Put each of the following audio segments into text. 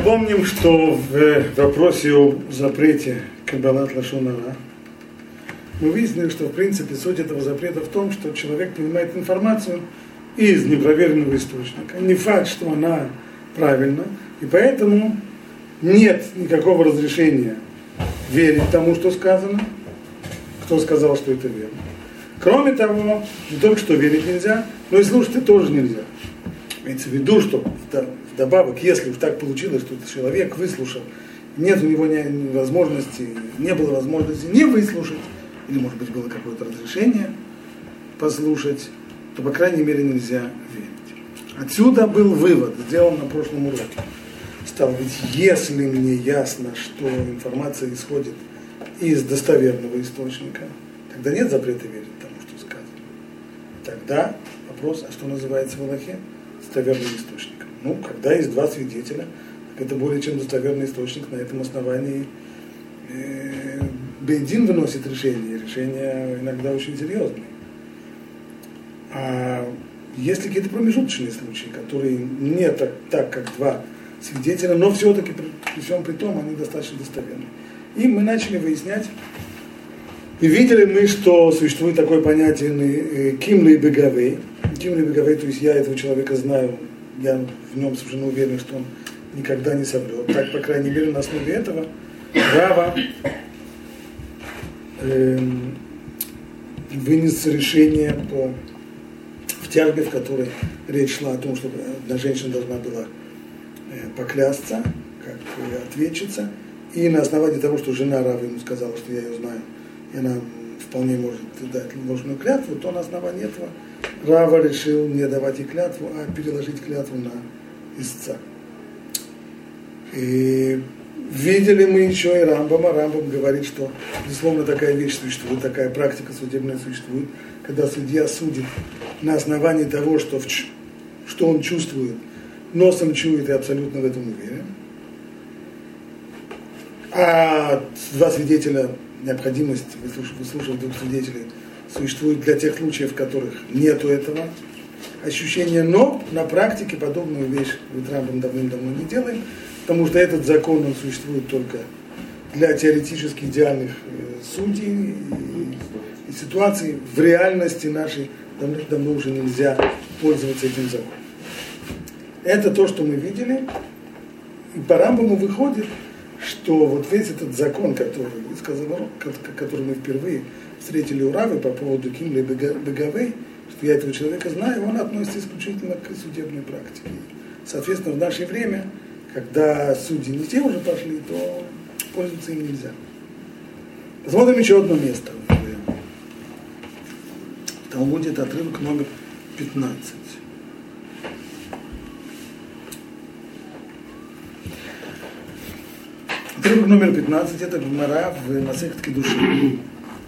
Напомним, что в вопросе о запрете каббалат лашон ара мы выяснили, что в принципе суть этого запрета в том, что человек принимает информацию из непроверенного источника. Не факт, что она правильна, и поэтому нет никакого разрешения верить тому, что сказано. Кто сказал, что это верно. Кроме того, не только что верить нельзя, но и слушать тоже нельзя. Имеется в виду, что вдобавок, если уж так получилось, что человек выслушал, нет у него возможности, не было возможности не выслушать, или, может быть, было какое-то разрешение послушать, то, по крайней мере, нельзя верить. Отсюда был вывод, сделан на прошлом уроке. Стало быть, если мне ясно, что информация исходит из достоверного источника, тогда нет запрета верить тому, что сказано. Тогда вопрос, а что называется в Аллахе достоверным источником? Ну, когда есть два свидетеля, так это более чем достоверный источник, на этом основании бейдин выносит решения иногда очень серьезные. А есть ли какие-то промежуточные случаи, которые не так как два свидетеля, но все-таки при всем при том они достаточно достоверны. И мы начали выяснять, и видели мы, что существует такое понятие кимли и бегавей. Кимли и бегавей, то есть я этого человека знаю, я в нем совершенно уверен, что он никогда не соврет. Так, по крайней мере, на основе этого Рава вынес решение в тяжбе, в которой речь шла о том, что одна женщина должна была поклясться, как ответчица, и на основании того, что жена Рава ему сказала, что я ее знаю, и она вполне может дать ложную клятву, то на основании этого Рава решил не давать ей клятву, а переложить клятву на истца. И видели мы еще и Рамбама. Рамбам говорит, что, безусловно, такая вещь существует, такая практика судебная существует, когда судья судит на основании того, что он чувствует, носом чует и абсолютно в этом уверен. А два свидетеля, необходимость выслушивать двух свидетелей существует для тех случаев, в которых нету этого ощущения, но на практике подобную вещь мы Рамбам давным-давно не делаем, потому что этот закон, он существует только для теоретически идеальных судей и ситуаций. В реальности нашей давно уже нельзя пользоваться этим законом. Это то, что мы видели. И по Рамбаму выходит, что вот весь этот закон, который мы впервые встретили у Равы по поводу кимли бегавей, что я этого человека знаю, он относится исключительно к судебной практике. Соответственно, в наше время, когда судьи не те уже пошли, то пользоваться им нельзя. Посмотрим еще одно место. В Талмуде это отрывок номер 15. Отрывок номер 15, это Гемара в Масехет Кидушин.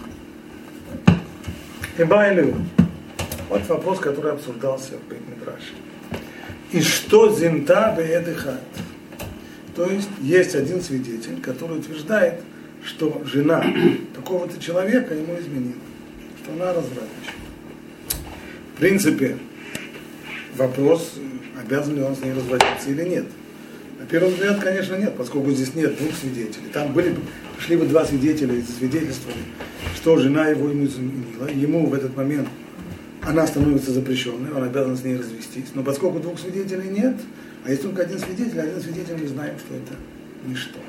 Эбайлю. Вот вопрос, который обсуждался в Бейт-Мидраше. И что зинта беэдыхат? То есть один свидетель, который утверждает, что жена такого-то человека ему изменила, что она развратничала. В принципе, вопрос, обязан ли он с ней разводиться или нет. На первый взгляд, конечно, нет, поскольку здесь нет двух свидетелей. Там пришли бы два свидетеля и засвидетельствовали, что жена ему изменила. Ему в этот момент она становится запрещенной, он обязан с ней развестись. Но поскольку двух свидетелей нет, а есть только один свидетель мы знаем, что это ничто.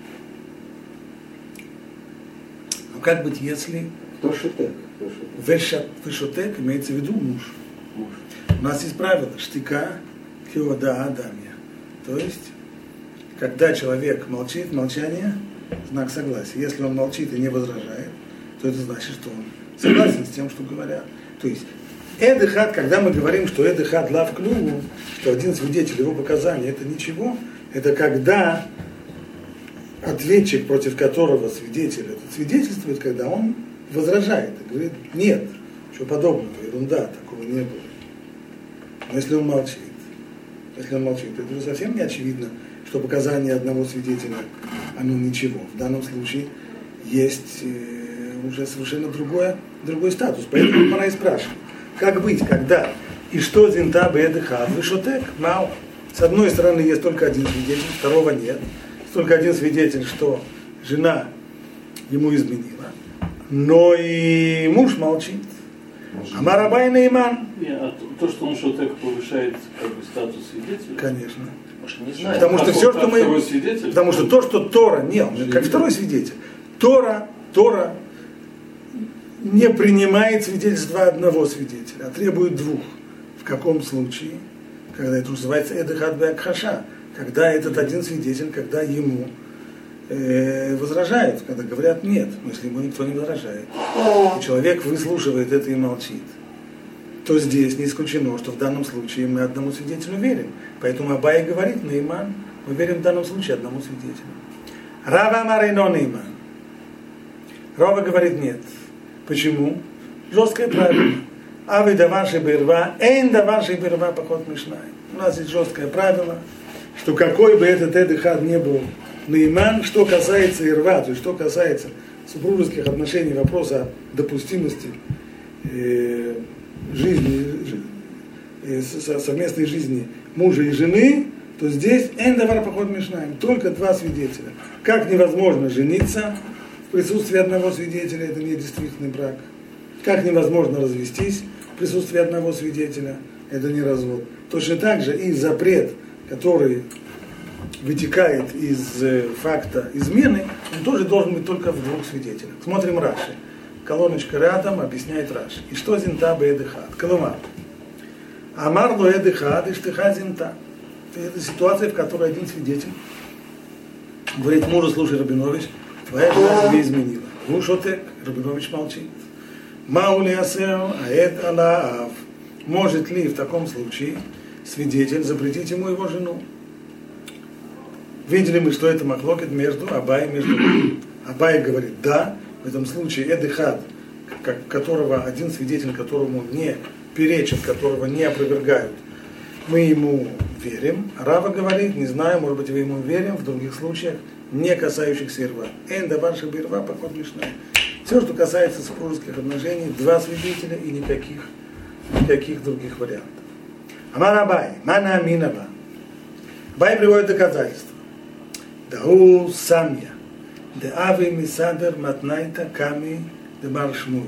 Но как быть, если... Кто шутек? Вешотек имеется в виду муж. У нас есть правило штика киода адамия. То есть, когда человек молчит, молчание – знак согласия. Если он молчит и не возражает, то это значит, что он согласен с тем, что говорят. То есть, эдыхат, когда мы говорим, что эдыхат лав клюву, что один свидетель, его показания – это ничего, это когда ответчик, против которого свидетель этот свидетельствует, когда он возражает и говорит, нет, ничего подобного, ерунда, такого не было. Но если он молчит, то это уже совсем не очевидно, что показания одного свидетеля, оно ничего. В данном случае есть уже совершенно другой статус. Поэтому Гемара и спрашивает, как быть, когда и что зинта беэдыхат вышотек, мау, С одной стороны, есть только один свидетель, второго нет. Только один свидетель, что жена ему изменила. Но и муж молчит. Амар Абай Нейман. А то, что он шотек, повышает как бы статус свидетеля? Конечно. Не знаю, потому что все, что мы... Свидетель? Потому что то, что Тора... Нет, как второй свидетель. Тора не принимает свидетельство одного свидетеля, а требует двух. В каком случае? Когда это называется Эдехад Беакхаша. Когда этот один свидетель, когда ему возражают, когда говорят нет, но если ему никто не возражает, и человек выслушивает это и молчит, то здесь не исключено, что в данном случае мы одному свидетелю верим. Поэтому Абай говорит, Нейман, мы верим в данном случае одному свидетелю. Рава Марайно Нейман. Рава говорит нет. Почему? Жесткое правило. А вы даваши бирва, эйн даваши бирва поход мишнай. У нас есть жесткое правило, что какой бы этот Эдехад не был Нейман, что касается ирва, то есть что касается супружеских отношений, вопроса допустимости жизни, совместной жизни мужа и жены, то здесь эндавар поход мишнаем, только два свидетеля. Как невозможно жениться в присутствии одного свидетеля, это не действительный брак. Как невозможно развестись в присутствии одного свидетеля, это не развод. Точно так же и запрет, который вытекает из факта измены, он тоже должен быть только в двух свидетелях. Смотрим Раши. Колоночка рядом объясняет Раши. И что зинта бэдыхад? Коломар. Амар ло эдыхад и штыха зинта. Это ситуация, в которой один свидетель говорит мужу: слушай, Рабинович, твоя жена тебе изменила. Лушотек, Рабинович молчит. Маули асео, аэд алаав. Может ли в таком случае свидетель запретить ему его жену? Видели мы, что это махлокет между Абай и между Абай говорит, да, в этом случае эдыхад, которого один свидетель, которому не перечат, которого не опровергают, мы ему верим. Рава говорит, не знаю, может быть, мы ему верим, в других случаях, не касающихся ирва. Энда ваша бирва, поход мишна. Все, что касается супружеских отношений, два свидетеля и никаких других вариантов. Амар Абай, мана аминава. Абай приводит доказательства. Дау самья. Де ави мисадер матнайта ками де бар Шмуэль.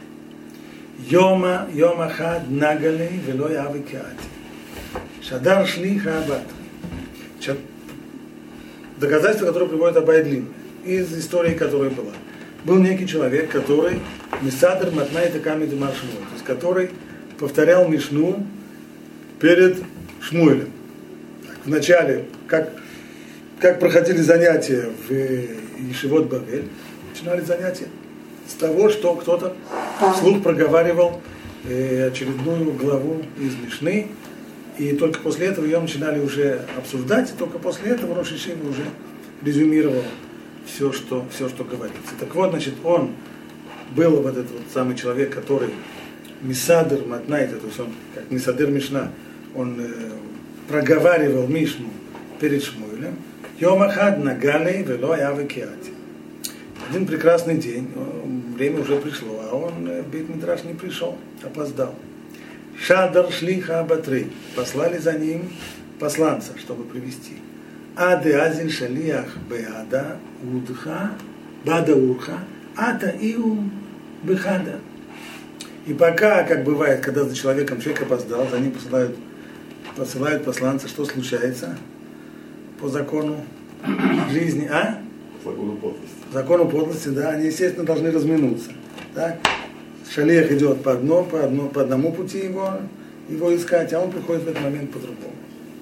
Йома хад нагалей велой ави кеати. Шадар шлиха абат. Доказательство, которое приводит Абай длинное, из истории, которая была. Был некий человек, который мисадер матнайта ками де бар Шмуэль, то есть который повторял Мишну перед Шмуэлем. Вначале, как проходили занятия в Ешивот Бавель, начинали занятия с того, что кто-то вслух проговаривал очередную главу из Мишны, и только после этого ее начинали уже обсуждать, и только после этого Рош ха-Йешива уже резюмировал все, что говорится. Так вот, значит, он был вот этот вот самый человек, который Мисадер Матнайта, то есть он, как Мисадер Мишна, он проговаривал Мишну перед Шмуэлем. Йомахад нагалей вело явы киати. Один прекрасный день, время уже пришло, а он в Бейт-Мидраш не пришел, опоздал. Шадар шлиха абатрей. Послали за ним посланца, чтобы привести. Аде азин шалиях беада удха, бада урха, ата иу бехада. И пока, как бывает, когда за человек опоздал, за ним посылают посланца, что случается по закону жизни, а? Закону подлости. Закону подлости, да, они, естественно, должны разминуться. Так? Шалех идет по одному пути его искать, а он приходит в этот момент по-другому.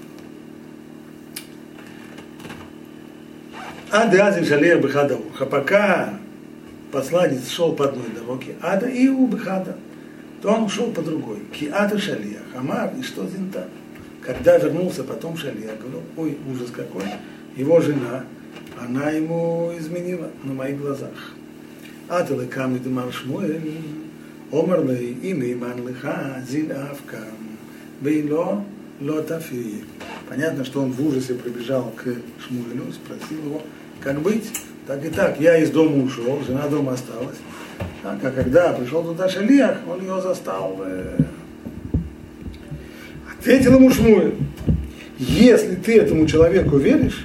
Ада шалех бехада уха. Пока посланец шел по одной дороге, ада иу бехада, то он шел по другой. Ки ада шалех, амар, и что зинта? Когда вернулся потом шалех, говорил, ой, ужас какой, его жена, она ему изменила на моих глазах. Ата лекам де бар Шмуэль, омар лей имей ман леха зин авкам, вейло лотафи. Понятно, что он в ужасе прибежал к Шмуэлю, спросил его, как быть? Так и так, я из дома ушел, жена дома осталась. А когда пришел туда шалех, он ее застал. Ответил ему Шмуэль, если ты этому человеку веришь,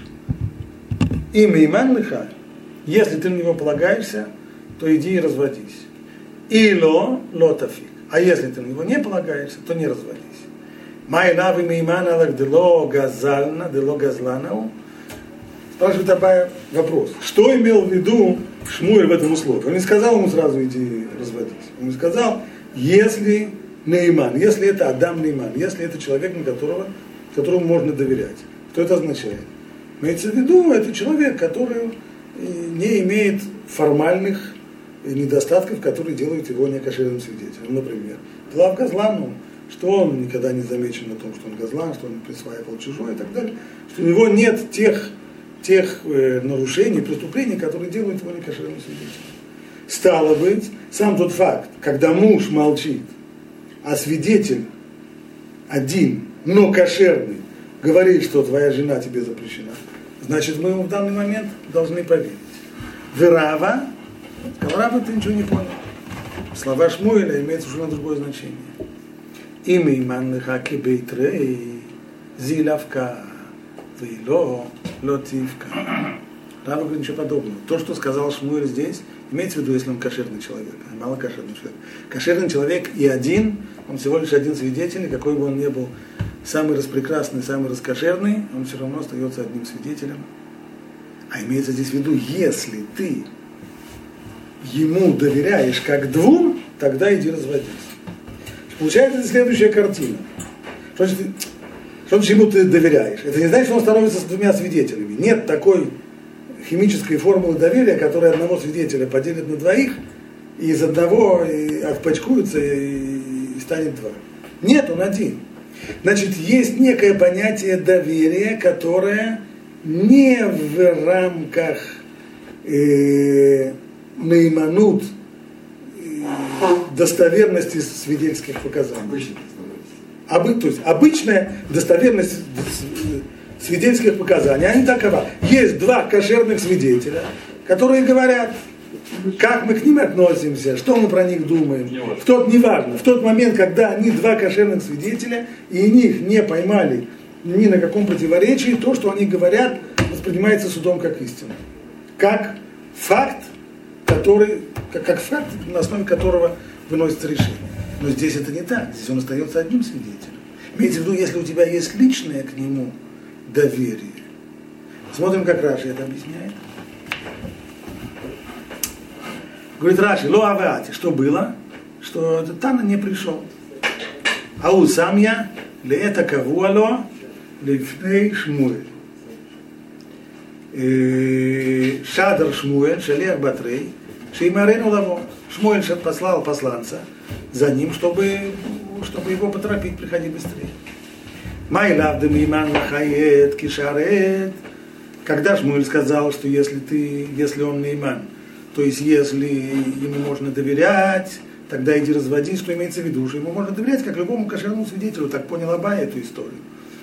и мейман лиха, если ты на него полагаешься, то иди и разводись. И лотафик. А если ты на него не полагаешься, то не разводись. Майнавы мейман алак дело газальна, дело газланау. Спрашивает Абай вопрос. Что имел в виду Шмуэль в этом условии? Он не сказал ему сразу иди разводись. Он сказал, если Нейман, если это Адам Нейман, если это человек, которому можно доверять. Что это означает? Имеется в виду, это человек, который не имеет формальных недостатков, которые делают его некошерным свидетелем. Например, Тлав Газлану, что он никогда не замечен на том, что он газлан, что он присваивал чужое и так далее, что у него нет тех нарушений, преступлений, которые делают его некошерным свидетелем. Стало быть, сам тот факт, когда муж молчит, а свидетель один, но кошерный, говорит, что твоя жена тебе запрещена, значит, мы ему в данный момент должны поверить. Верава, сказал, Рава, ты ничего не понял. Слова Шмуэля имеют совершенно другое значение. Имя иман хаки бейтрей, зилавка, вейло, лотивка. Рава говорит ничего подобного. То, что сказал Шмуэль здесь, имеется в виду, если он кошерный человек, а мало кошерный человек. Кошерный человек и один, он всего лишь один свидетель, и какой бы он ни был самый распрекрасный, самый раскошерный, он все равно остается одним свидетелем. А имеется здесь в виду, если ты ему доверяешь как двум, тогда иди разводись. Получается следующая картина. Что значит ему ты доверяешь? Это не значит, что он становится с двумя свидетелями. Нет такой химической формулы доверия, которая одного свидетеля поделит на двоих, и из одного отпачкуется и станет два. Нет, он один. Значит, есть некое понятие доверия, которое не в рамках наиманут достоверности свидетельских показаний. То есть обычная достоверность свидетельских показаний, они такова. Есть два кошерных свидетеля, которые говорят, как мы к ним относимся, что мы про них думаем. В тот момент, когда они два кошерных свидетеля, и них не поймали ни на каком противоречии, то, что они говорят, воспринимается судом как истина. Как факт, на основе которого выносится решение. Но здесь это не так. Здесь он остается одним свидетелем. Имейте в виду, если у тебя есть личное к нему доверие. Смотрим, как Раши это объясняет. Говорит Раши, ло авеати, что было? Что Тана не пришел. Ау сам я, ле это кавуало, лифней Шмуэль. Шадар Шмуэль, шалех батрей, шеймарену лаво. Шмуэль послал посланца за ним, чтобы его поторопить, приходи быстрее. Майлав дымиман лахает кишарет. Когда Шмуэль сказал, что если он нейман, то есть если ему можно доверять, тогда иди разводись, что имеется в виду, что ему можно доверять, как любому кошерному свидетелю. Так понял Абай эту историю.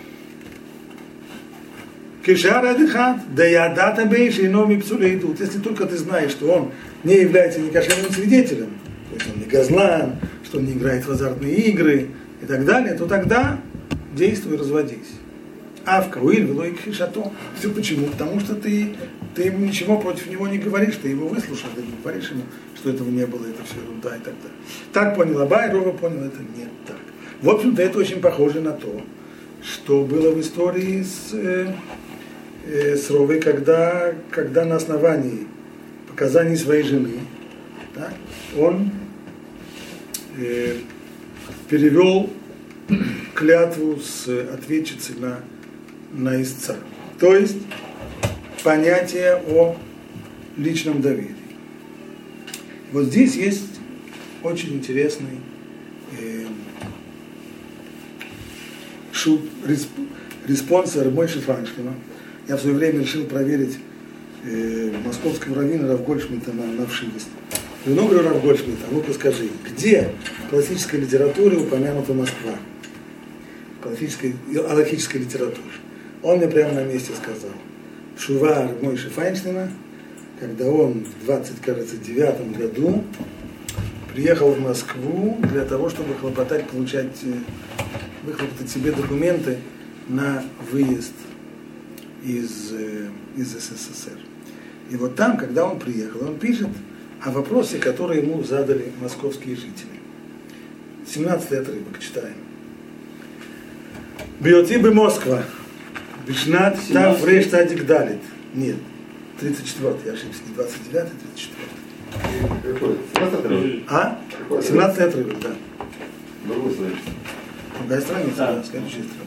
Кишар адыхат, да я дата бейши, но ми псуле идут. Если только ты знаешь, что он не является некошерным свидетелем, то есть он не газлан, что он не играет в азартные игры и так далее, то тогда действуй, разводись. А в кауиль вело и кхишато. Все почему? Потому что ты ему ничего против него не говоришь, ты его выслушал, ты не говоришь ему, что этого не было, это все ерунда и так далее. Так понял Абай, Рова понял, это не так. В общем-то, это очень похоже на то, что было в истории с Ровой, когда на основании показаний своей жены, так, он перевел клятву с ответчицы на истца. То есть понятие о личном доверии. Вот здесь есть очень интересный респонс Мойши Файнштейна. Я в свое время решил проверить московского раввина Рав Гольдшмидта на вшивость. И говорю, Рав Гольдшмидт, а ну-ка скажи, где в классической литературе упомянута Москва? В классической алахической литературе. Он мне прямо на месте сказал. Шува Мойши Файнштейна, когда он в 29 году приехал в Москву для того, чтобы выхлопотать себе документы на выезд из СССР. И вот там, когда он приехал, он пишет о вопросе, который ему задали московские жители. 17-й отрывок читаем. Биоти бы Москва, Бишнат Тав Рейш Тадик Далит. Нет, 34-й, я ошибся, не 29-й, 34-й. А? 17-й отрывок, да. Другая страница, да, следующая страница.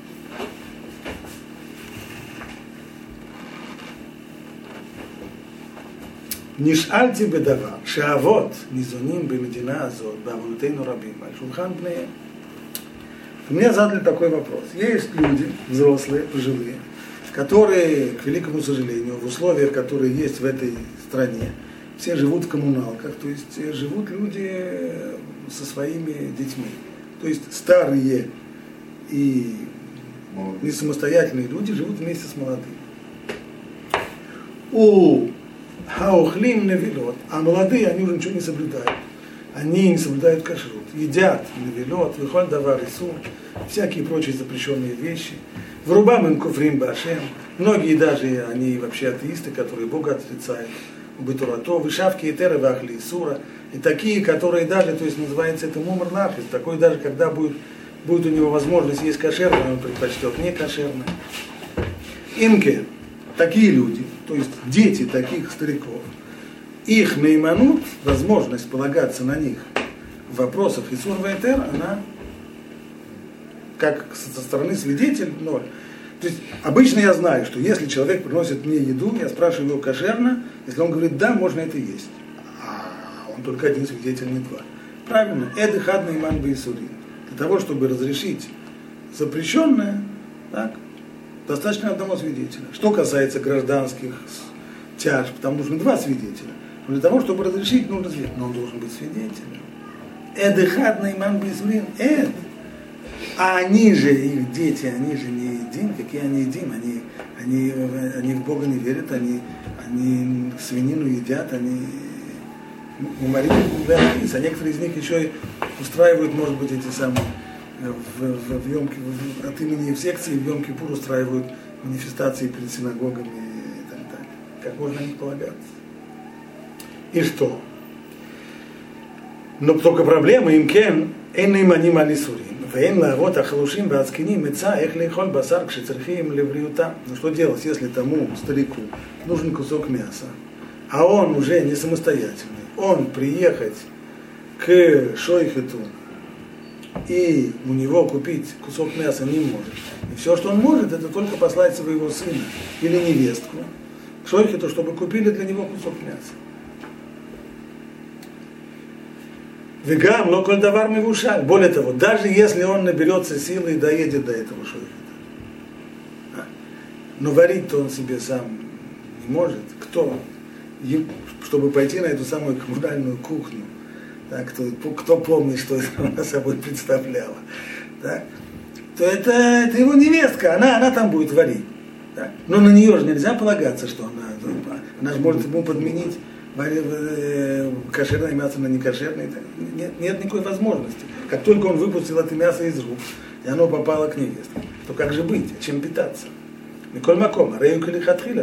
נשאלתי בדבר שהאבות ניזונים במדינה הזאת בעוונותינו רבים על שולחן בניהם. Мне задали такой вопрос. Есть люди, взрослые, пожилые, которые, к великому сожалению, в условиях, которые есть в этой стране, все живут в коммуналках, то есть живут люди со своими детьми. То есть старые и не самостоятельные люди живут вместе с молодыми. Хаухлим невилот, а молодые, они уже ничего не соблюдают. Они не соблюдают кашрут, едят невилот, выходят давар исур, всякие прочие запрещенные вещи. Врубам им куфрим башем, многие даже, они вообще атеисты, которые Бога отрицают, убытурато, вышавки и теры вахли исура, и такие, которые даже, то есть называется это мумр нахис, такой даже, когда будет у него возможность есть кошерное, он предпочтет не кошерное. Имке, такие люди, то есть дети таких стариков, их нейманут, возможность полагаться на них в вопросах Исур Вайтер, она как со стороны свидетель ноль. То есть обычно я знаю, что если человек приносит мне еду, я спрашиваю его кошерно, если он говорит да, можно это есть. А он только один свидетель, не два. Правильно, эд хад нейман бейсурин. Для того, чтобы разрешить запрещенное, так, достаточно одного свидетеля. Что касается гражданских тяжб, там нужны два свидетеля. Но для того, чтобы разрешить, нужно свидетель. Но он должен быть свидетелем. Эдыхад наиман бейсурин. А они же, их дети, они же не един. Какие они един? Они в Бога не верят, они свинину едят, они уморили, а некоторые из них еще и устраивают, может быть, эти самые от имени в секции в Йом-Кипур устраивают манифестации перед синагогами и так далее. Как можно на них полагаться? И что? Но только проблема им кен, אין נאמנים על איסורים, ואין להראות החלושים והזקנים מצא איך לאכול בשר כשצריכים לבריאותם. Ну что делать, если тому старику нужен кусок мяса, а он уже не самостоятельный, он приехать к шойхету и у него купить кусок мяса не может. И все, что он может, это только послать своего сына или невестку к шойхету, чтобы купили для него кусок мяса. Вегам, но коль давар мивушаль. Более того, даже если он наберется силы и доедет до этого шойхета, но варить-то он себе сам не может. Кто? Чтобы пойти на эту самую коммунальную кухню, так, кто помнит, что это она собой представляла, так, то это его невестка, она там будет варить. Так. Но на нее же нельзя полагаться, что она же может ему подменить кошерное мясо на некошерное. Нет никакой возможности. Как только он выпустил это мясо из рук, и оно попало к невестке, то как же быть, чем питаться? Миколь маком, арею калихатхила.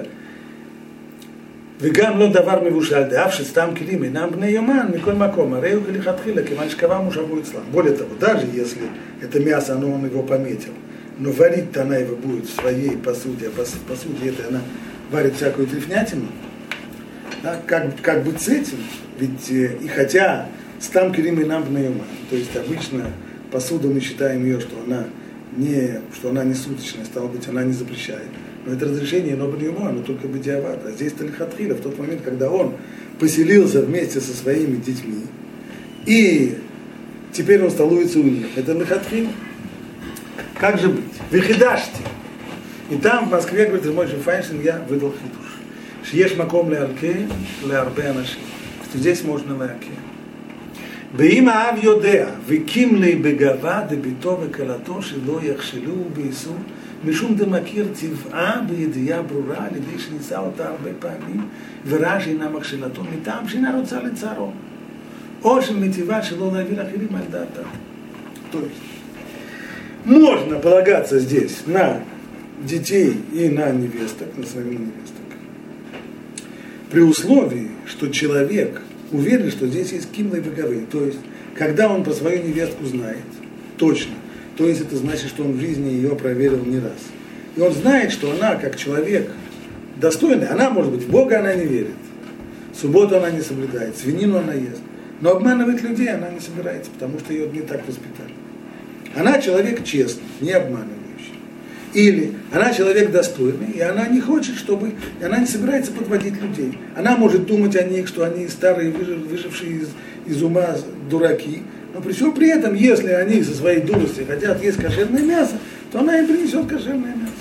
וגם לא דבר מבושל, דאף שסתם כלים אינם בני יומן, מכל מקום, הרי הוא כלכתחילה, כיוון שקבע מושבו אצלם. Более того, даже если это мясо, он его пометил, но варить-то она его будет в своей посуде, а по посуде это она варит всякую трефнятину, да, как быть с этим? Ведь и хотя стам килим инам бней йоман, то есть обычно посуду мы считаем ее, что она не суточная, стало быть, она не запрещает. Но это разрешение, но оно только бедиават. А здесь Талихатхила, в тот момент, когда он поселился вместе со своими детьми, и теперь он столуется у них. Это Талихатхила. Как же быть? Вихидашти. И там в Москве, говорит Мойше Файнштейн, я выдал хидуш. Шиеш маком леарке, леарбе анашим. Что здесь можно леарке. ואם האב יודע, וקים לי בגאווה דביתו וכלתו שלא יכשלו באיסור, משום דמכיר טבעה בידיעה ברורה על ידי שניסה אותה הרבה פעמים וראה שאינה מכשלתו מטעם שאינה רוצה לצערו או שמטבעה שלא להביא לאחרים על דעתה. То есть, можно полагаться здесь на детей и на невесток, на сыновей невесток, при условии, что человек уверен, что здесь есть кимлы беговые, то есть, когда он про свою невестку знает, точно, то есть это значит, что он в жизни ее проверил не раз. И он знает, что она, как человек достойный, она, может быть, в Бога она не верит, субботу она не соблюдает, свинину она ест, но обманывать людей она не собирается, потому что ее не так воспитали. Она человек честный, не обманывающий. Или она человек достойный, и она не хочет, чтобы... И она не собирается подводить людей. Она может думать о них, что они старые, выжившие из ума дураки. Но при всем при этом, если они со своей дурости хотят есть кошерное мясо, то она им принесет кошерное мясо.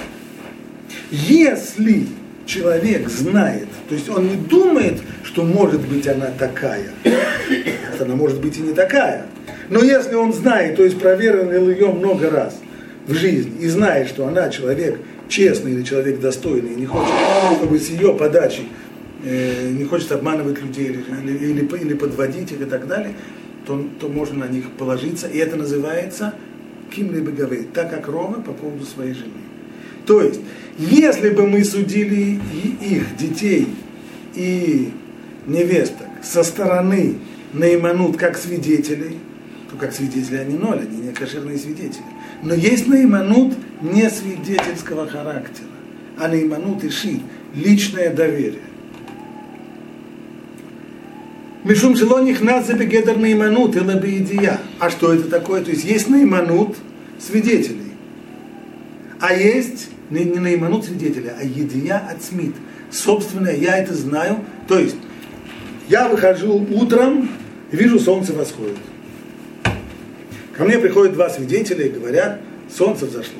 Если человек знает, то есть он не думает, что может быть она такая, она может быть и не такая, но если он знает, то есть проверил ее много раз в жизни и знает, что она человек честный или человек достойный, и не хочет, чтобы с ее подачи не хочет обманывать людей или подводить их и так далее, то можно на них положиться, и это называется кимли беговей, так как Рова по поводу своей жены. То есть, если бы мы судили их детей и невесток со стороны наиманут как свидетелей, то как свидетели они ноль, они не кошерные свидетели. Но есть наиманут не свидетельского характера, а наиманут иши, личное доверие. Мишум село нихназ бегедер наиманут и лабиидия. А что это такое? То есть наиманут свидетелей, а есть не наиманут свидетеля, а едия ацмит. Собственное, я это знаю. То есть я выхожу утром и вижу, солнце восходит. Ко мне приходят два свидетеля и говорят, солнце взошло.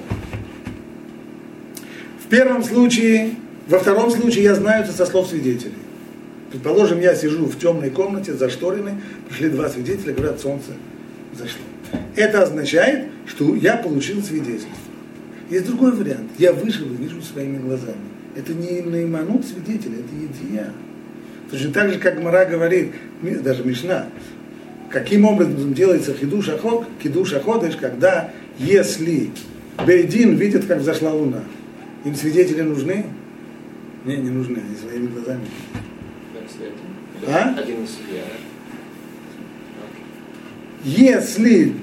В первом случае, во втором случае я знаю это со слов свидетелей. Предположим, я сижу в темной комнате, зашторенной, пришли два свидетеля и говорят, солнце взошло. Это означает, что я получил свидетельство. Есть другой вариант. Я вышел и вижу своими глазами. Это не наиманут свидетеля, это едия. Точно так же, как Гмара говорит, даже Мишна, каким образом делается кидуш аходеш, когда, если бейдин видит, как взошла луна, им свидетели нужны? Не нужны, они своими глазами. А? Если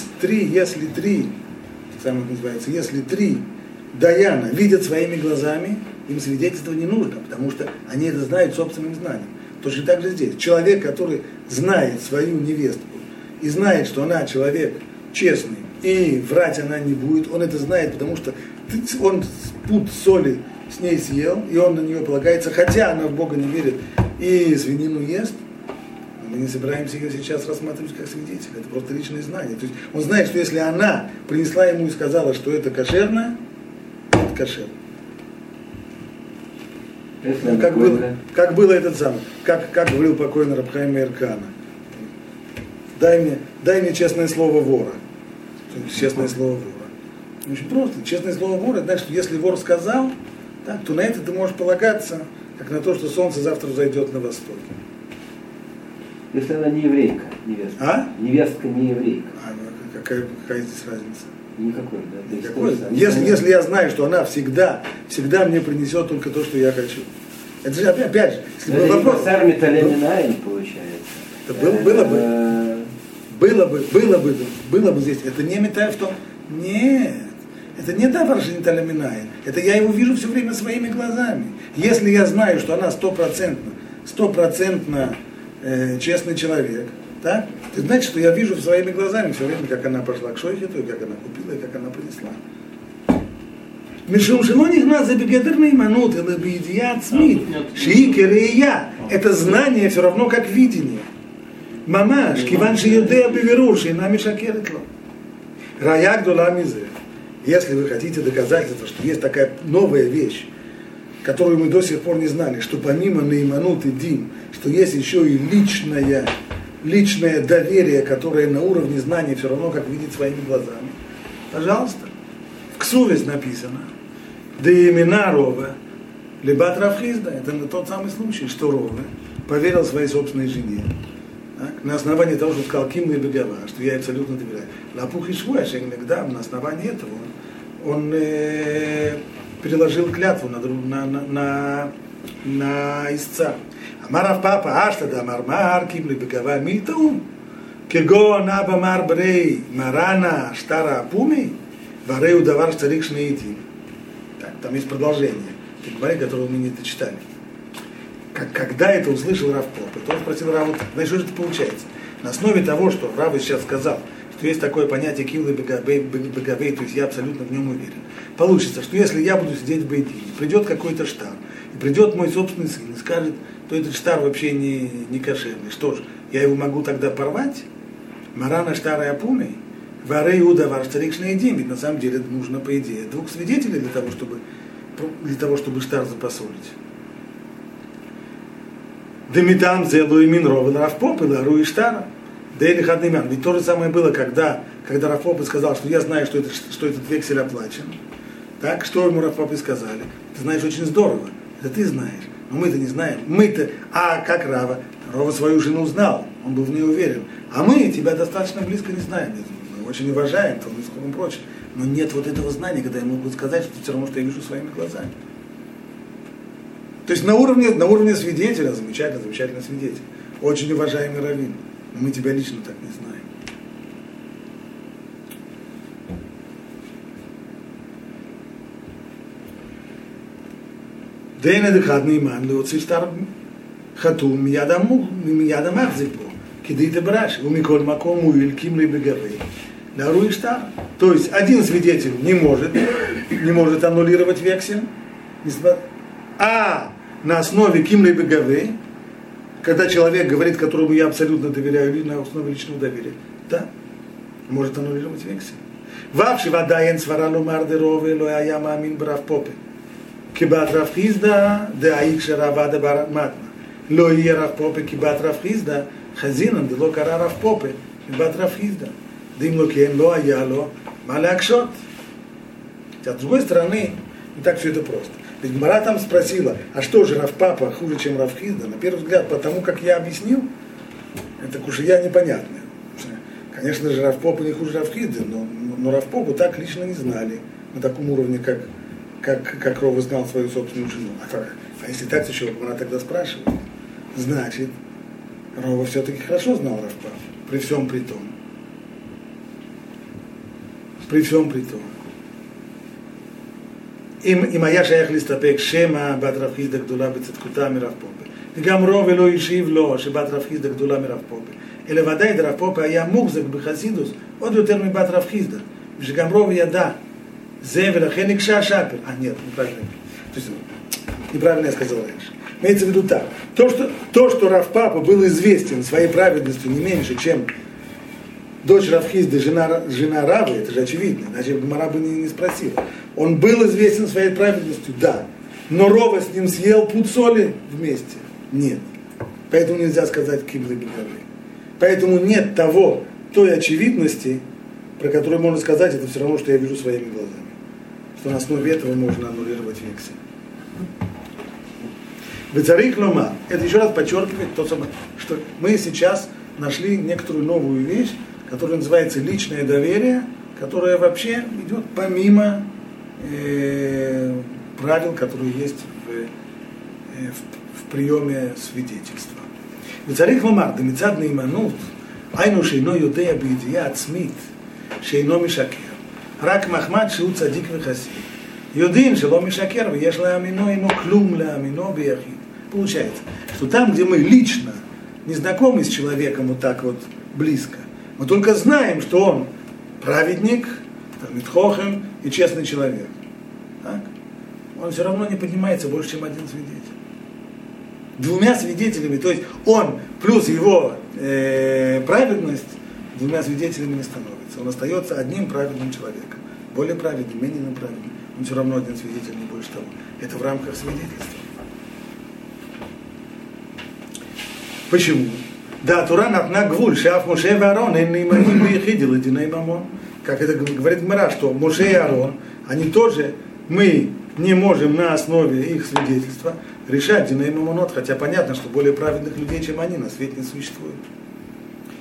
три даяна видят своими глазами, им свидетельство не нужно, потому что они это знают собственным знанием. Точно так же здесь. Человек, который знает свою невестку и знает, что она человек честный, и врать она не будет, он это знает, потому что он пуд соли с ней съел, и он на нее полагается, хотя она в Бога не верит и свинину ест, мы не собираемся ее сейчас рассматривать как свидетеля, это просто личное знание. То есть он знает, что если она принесла ему и сказала, что это кошерно, это кошерно. Как было этот самый, как говорил покойный Рав Хаим Меир Каана. Дай мне честное слово вора. Честное слово вора. Очень просто. Честное слово вора, значит, что если вор сказал, так, то на это ты можешь полагаться, как на то, что солнце завтра взойдет на востоке. Если она не еврейка, невестка. А? Невестка не еврейка. Какая здесь разница? Никакой, да. Никакой. Если я знаю, что она всегда мне принесет только то, что я хочу. Это же опять же, если был вопрос. Это не получается. Было бы здесь. Это не метая в том. Нет. Это не давар жениталяминаин. Это я его вижу все время своими глазами. Если я знаю, что она стопроцентно честный человек, так? Это значит, что я вижу своими глазами все время, как она пошла к шойхету, и как она купила, и как она принесла. Мишум шело нихназ бегедер наиманут или беидия ацмит, шии керея. Это знание все равно как видение. Мамаш, киван шиюдея беверур, шейна мишакерет ло. Рая гдола мизе. Если вы хотите доказательства, что есть такая новая вещь, которую мы до сих пор не знали, что помимо наиманут и дин, что есть еще и личное доверие, которое на уровне знания все равно как видеть своими глазами. Пожалуйста. В Ксувес написано, да имена Рове, либо Рафхизда, это тот самый случай, что Рове поверил своей собственной жене Так? На основании того, что сказал Ким и Бегава, что я абсолютно доверяю. Лапух и Швуэш, иногда на основании этого он переложил клятву на истца. Амарав папа, аштада мармар, Ким и Бегава, мильтаум. Кего наба марбрей марана штара апуми, варею давар старик шнеити. Там есть продолжение. Которое мы не дочитали. Когда это услышал Рав Попе, то он спросил Рава, значит, что же это получается? На основе того, что Рав сейчас сказал, что есть такое понятие кивлы бегавей, то есть я абсолютно в нем уверен. Получится, что если я буду сидеть в Бейдине, придет какой-то штар, и придет мой собственный сын и скажет, то этот штар вообще не кошерный. Что ж, я его могу тогда порвать? Марана штара апумей, варей уда вар старик шнеидим. Ведь на самом деле нужно, по идее, 2 свидетелей для того, чтобы штар запосолить. Демитам зелу и минровен Рав Попе лару и штара. Дейли хаднимян. Ведь то же самое было, когда Рав Попе сказал, что я знаю, что этот вексель оплачен. Так, что ему Рав Попе сказали? Ты знаешь очень здорово. Это ты знаешь. Но мы-то не знаем. Как Рава? Рава свою жену знал. Он был в ней уверен. А мы тебя достаточно близко не знаем. Мы очень уважаем, то и прочее. Но нет вот этого знания, когда я могу сказать, что это все равно, что я вижу своими глазами. То есть на уровне свидетеля, замечательный свидетель. Очень уважаемый раввин. Но мы тебя лично так не знаем. Дейна дыхадный ман, леоци штар хатум, миядам ахзипо, кидыйте браш, умиколь маком уильким либегавей. Лару и штар. То есть один свидетель не может аннулировать вексель, а на основе кимли бегавей, когда человек говорит, которому я абсолютно доверяю, или на основе личного доверия, да, может аннулировать вексель. Вавши вадаен сваралу мардерове лоя мамин брав попе. Кибат Рав Хизда, да аикше равада бараматна. Лоя Рав Попе, кибат Рав Хизда, хазинан, да локара Рав Попе, кибат Рав Хизда. Дым локен, ло аяло, малякшот. А с другой стороны, не так все это просто. Ведь Гмара там спросила, а что же Рав Папа хуже, чем Рав Хизда? На первый взгляд, потому как я объяснил, это кушия непонятная. Конечно же, Рав Папа не хуже Рав Хизда, но Рав Папу так лично не знали, на таком уровне, как Рова знал свою собственную жену. А если так, то что Гмара тогда спрашивает? Значит, Рова все-таки хорошо знал Рав Папу, при всем при том. При всем при том. אם היה שייך להסתפק שמא בת רב חיסדא גדולה בצדקותה מרב פופה. וגם רוב לא השיב לו שבת רב חיסדא גדולה מרב פופה. אלא ודאי דרב פופה היה מוחזק בחסידוס עוד יותר מבת רב חיסדא. ושגם רוב ידע זה ולכן הקשה השאפר. Нет, неправильно. То есть, неправильно я сказал раньше. Имеется в виду так. То, что Рав Папа был известен своей праведностью не меньше, чем дочь Рав Хизды, жена Равы, это же очевидно, иначе Гмара бы не спросила. Он был известен своей праведностью, да. Но Рова с ним съел пуд соли вместе? Нет. Поэтому нельзя сказать киблы бегавы. Поэтому нет той очевидности, про которую можно сказать, это все равно, что я вижу своими глазами. Что на основе этого можно аннулировать вексель. Бецарих лома. Это еще раз подчеркивает то самое, что мы сейчас нашли некоторую новую вещь, которая называется личное доверие, которое вообще идет помимо правил, которые есть в приеме свидетельства. וצריך לומר, דמצד נאמנות, היינו שאינו יודע בידיעה עצמית, שאינו משקר, רק מחמד שהוא צדיק וחסיד. יודעים שלא משקר, ויש להאמינו, אינו כלום להאמינו ביחיד. Получается, что там, где мы лично не знакомы с человеком вот так вот близко, мы только знаем, что он праведник, талмид хохем и честный человек. Так? Он все равно не поднимается больше, чем один свидетель. 2 свидетелями, то есть он плюс его праведность, 2 свидетелями не становится. Он остается одним праведным человеком. Более праведным, менее праведным. Он все равно один свидетель, не больше того. Это в рамках свидетельства. Почему? Да, Тура натна гвуль, шаф Моше и Аарон, нейманим бейхидил, и диней мамон. Как это говорит Гмара, что Моше и Аарон, они тоже, мы не можем на основе их свидетельства решать диней мамонот, хотя понятно, что более праведных людей, чем они, на свете не существует.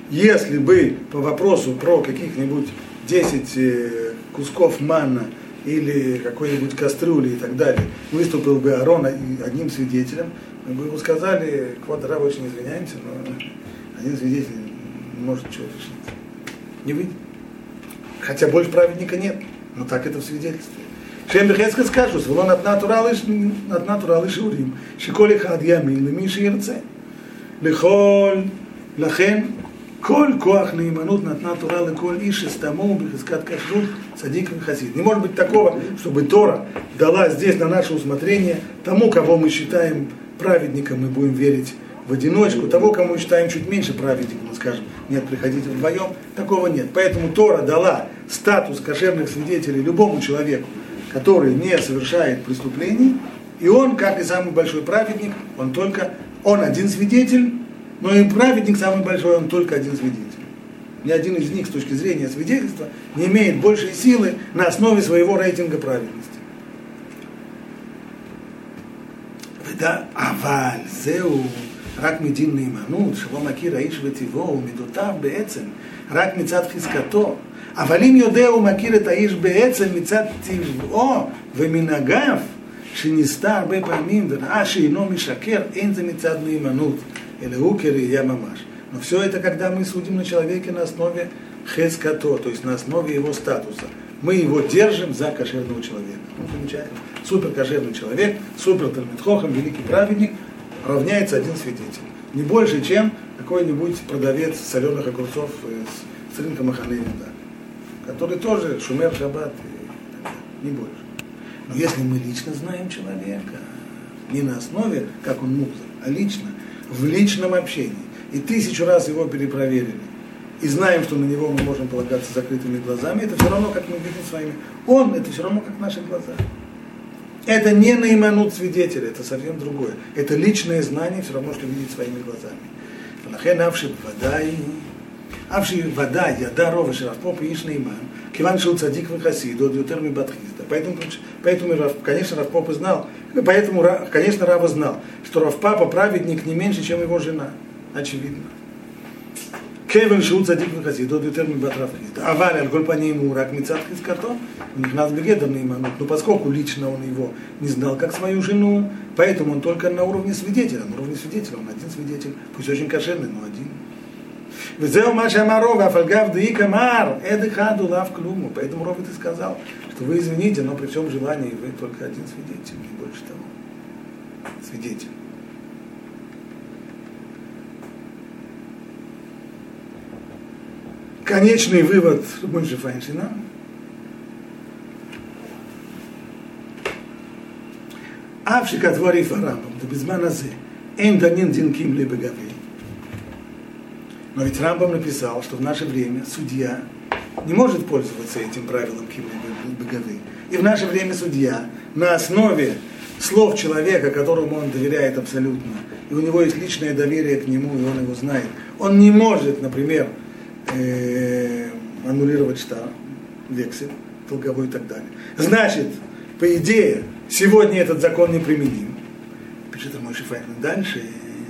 если бы по вопросу про каких-нибудь 10 кусков манна или какой-нибудь кастрюли и так далее, выступил бы Аарон одним свидетелем, мы бы ему сказали, Квад Рав, очень извиняемся, но один свидетель не может ничего решить. Не выйдет. Хотя больше праведника нет, но так это в свидетельстве. Шем Бехецка скажут, «Вон от натуралы шурим, шиколи хад ямин, лемиши ерце, лихоль, лахен, коль коах наиманут натна тура леколь иши стаму бехискат кашрут садик хасид». Не может быть такого, чтобы Тора дала здесь на наше усмотрение тому, кого мы считаем праведником, мы будем верить в одиночку, того, кому мы считаем чуть меньше праведником, мы скажем, нет, приходите вдвоем, такого нет. Поэтому Тора дала статус кошерных свидетелей любому человеку, который не совершает преступлений, и он, как и самый большой праведник, он один свидетель, но и праведник самый большой, он только один свидетель. Ни один из них с точки зрения свидетельства не имеет большей силы на основе своего рейтинга праведности. אבל זהו רק מדין נאמנות, שבו מכיר האיש וטבעו ומידותיו בעצם, רק מצד חזקתו. אבל אם יודע ומכיר את האיש בעצם מצד טבעו ומנהגיו, שניסתה הרבה פעמים וראה שאינו משקר, אין זה מצד נאמנות, אלא הוא כראיה ממש. Но все это, когда мы судим на человеке на основе хескато, то есть на основе его статуса. Мы его держим за кошерного человека. Ну, замечательно. Супер кошерный человек, супер Талмид Хохам, великий праведник, равняется один свидетель. Не больше, чем какой-нибудь продавец соленых огурцов с рынка Махане-Юда, который тоже шумер шаббат, не больше. Но если мы лично знаем человека, не на основе, как он музык, а лично, в личном общении, и 1000 раз его перепроверили, и знаем, что на него мы можем полагаться закрытыми глазами, это все равно, как мы видим своими. Он, это все равно, как наши глаза. Это не наиманут свидетеля, это совсем другое. Это личное знание, все равно, что видеть своими глазами. Поэтому, конечно, Рав Папа знал, конечно, Рава знал, что Рав Папа праведник не меньше, чем его жена. Очевидно. Кевен שהוא צדיק וחסיד, עוד יותר מבת רב חיסדא. אבל על כל פנים הוא רק מצד חזקתו, הוא נכנס בגדר нейманут. Но поскольку лично он его не знал как свою жену, поэтому он только на уровне свидетеля. На уровне свидетеля он один свидетель, пусть очень кошерный, но один. וזהו מה שאמר רוב, אף על גב דאיק אמר, עד אחד הוא לאו כלום. Поэтому Ров это сказал, что вы извините, но при всем желании вы только один свидетель, не больше того. Свидетель. Конечный вывод Рабойши Файнштейна. אף שכתבו הריף הרמב"ם, ובזמן הזה אין דנין דין קימלי בגבי. Но ведь Рамбам написал, что в наше время судья не может пользоваться этим правилом кимли бегавы. И в наше время судья на основе слов человека, которому он доверяет абсолютно, и у него есть личное доверие к нему, и он его знает, он не может, например, аннулировать штар, вексель, долговой и так далее. Значит, по идее, сегодня этот закон неприменим. Пишет Рабойши Файнштейн дальше.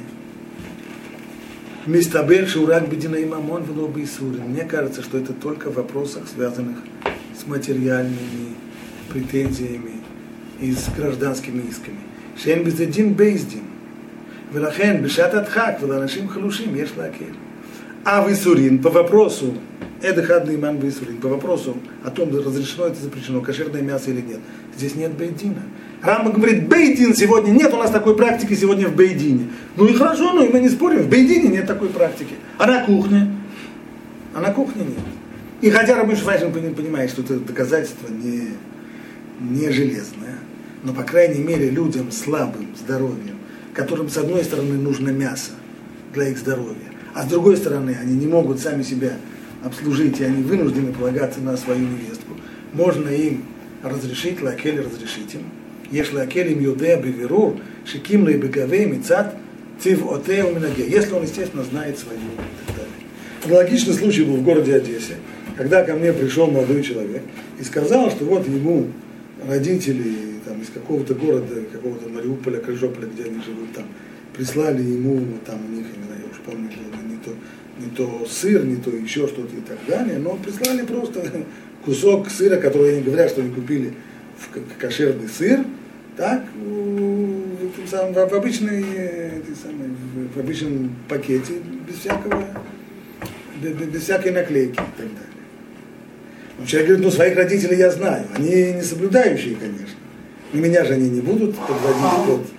Мистабер шурак бедина и мамон вело бейсурин. Мне кажется, что это только в вопросах, связанных с материальными претензиями и с гражданскими исками. Шен бездин бейздин. Велахен бешат адхак веланашим халушим еш лакель. А в Исурин по вопросу, эдахадный иман в Исурин, по вопросу о том, разрешено это запрещено, кошерное мясо или нет, здесь нет бейдина. Рамбам говорит, бейдин сегодня нет, у нас такой практики сегодня в бейдине. Ну и хорошо, но и мы не спорим, в бейдине нет такой практики. А на кухне? А на кухне нет. И хотя Рабойши Файнштейн понимает, что это доказательство не железное, но по крайней мере людям слабым здоровьем, которым с одной стороны нужно мясо для их здоровья, а с другой стороны, они не могут сами себя обслужить, и они вынуждены полагаться на свою невестку. Можно им разрешить, лакель разрешить им. Еш лакель им юдея беверур, шиким лей бегавей мицат цив отея уминаге. Если он, естественно, знает свою и так далее. Аналогичный случай был в городе Одессе, когда ко мне пришел молодой человек и сказал, что вот ему родители там, из какого-то города, какого-то Мариуполя, Крыжополя, где они живут там, прислали ему, там у них, я не знаю, я уж помню, не то сыр, не то еще что-то и так далее, но прислали просто кусок сыра, который они говорят, что они купили в кошерный сыр, так, в обычном пакете, без всякой наклейки и так далее. Но человек говорит, своих родителей я знаю, они не соблюдающие, конечно. Но меня же они не будут подводить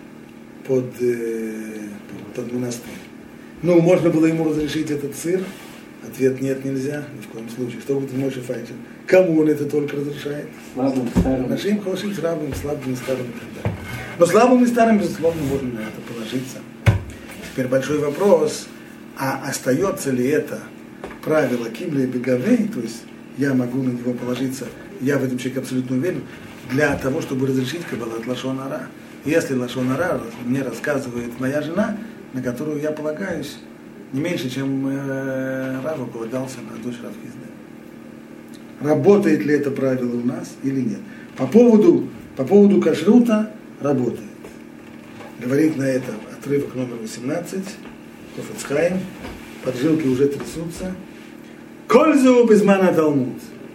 под монастырь. Можно было ему разрешить этот сыр? Ответ нет, нельзя, ни в коем случае. Что будет Моше Файнштейн? Кому он это только разрешает? Слабым, старым. Нашим халашим, слабым и старым и так далее. Но слабым и старым, безусловно, можно на это положиться. Теперь большой вопрос, а остается ли это правило Кимля и Бегавей, то есть я могу на него положиться, я в этом человеке абсолютно уверен, для того, чтобы разрешить каббалат лашон ара. Если лашон ара мне рассказывает моя жена, на которую я полагаюсь, не меньше, чем Рава полагался на дочь Рав Хизда. Работает ли это правило у нас или нет? По поводу кашрута работает. Говорит на это отрывок номер 18, Хофец Хаим, поджилки уже трясутся. Кользу безмана Талмуд.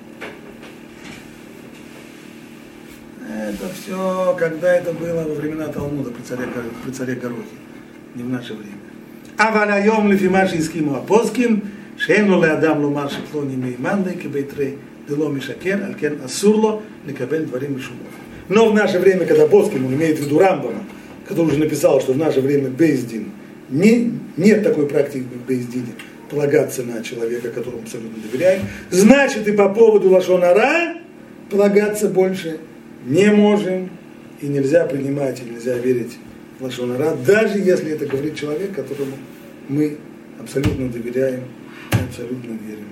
Это все, когда это было во времена Талмуда при царе Горохе, не в наше время. Аваляйом лифимаши искиму апоским, шейну леадам ломар шеплони меймандой кебейтрей дело мишакер, алькен асурло лекабель дворим мишумов. Но в наше время, когда Поским, он имеет в виду Рамбама, который уже написал, что в наше время Бейздин, нет такой практики в Бейздине, полагаться на человека, которому абсолютно доверяем, значит и по поводу лашон ара полагаться больше не можем, и нельзя принимать, и нельзя верить в лашон ара, даже если это говорит человек, которому мы абсолютно доверяем и абсолютно верим.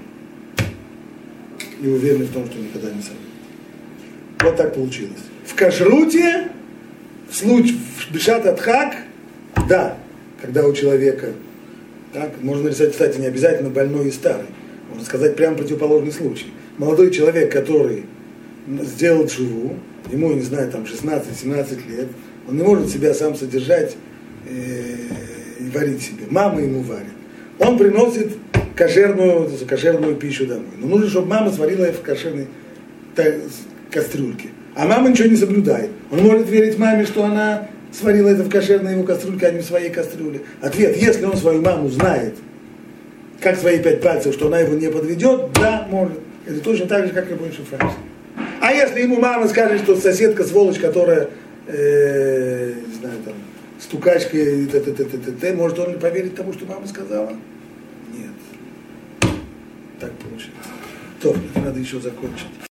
И уверены в том, что никогда не соврет. Вот так получилось. В кашруте, в случае, в бешат адхак, да, когда у человека, так, можно нарисовать, кстати, не обязательно больной и старый, можно сказать прямо противоположный случай. Молодой человек, который сделал шуву, ему, не знаю, там 16-17 лет, он не может себя сам содержать и варить себе. Мама ему варит. Он приносит кошерную пищу домой. Но нужно, чтобы мама сварила в кошерной кастрюльке. А мама ничего не соблюдает. Он может верить маме, что она сварила это в кошерной его кастрюльке, а не в своей кастрюле. Ответ, если он свою маму знает, как свои 5 пальцев, что она его не подведет, да, может. Это точно так же, как любой шофер. А если ему мама скажет, что соседка сволочь, которая, не знаю, там, стукачка, может он поверить тому, что мама сказала? Нет. Так получилось. То, надо еще закончить.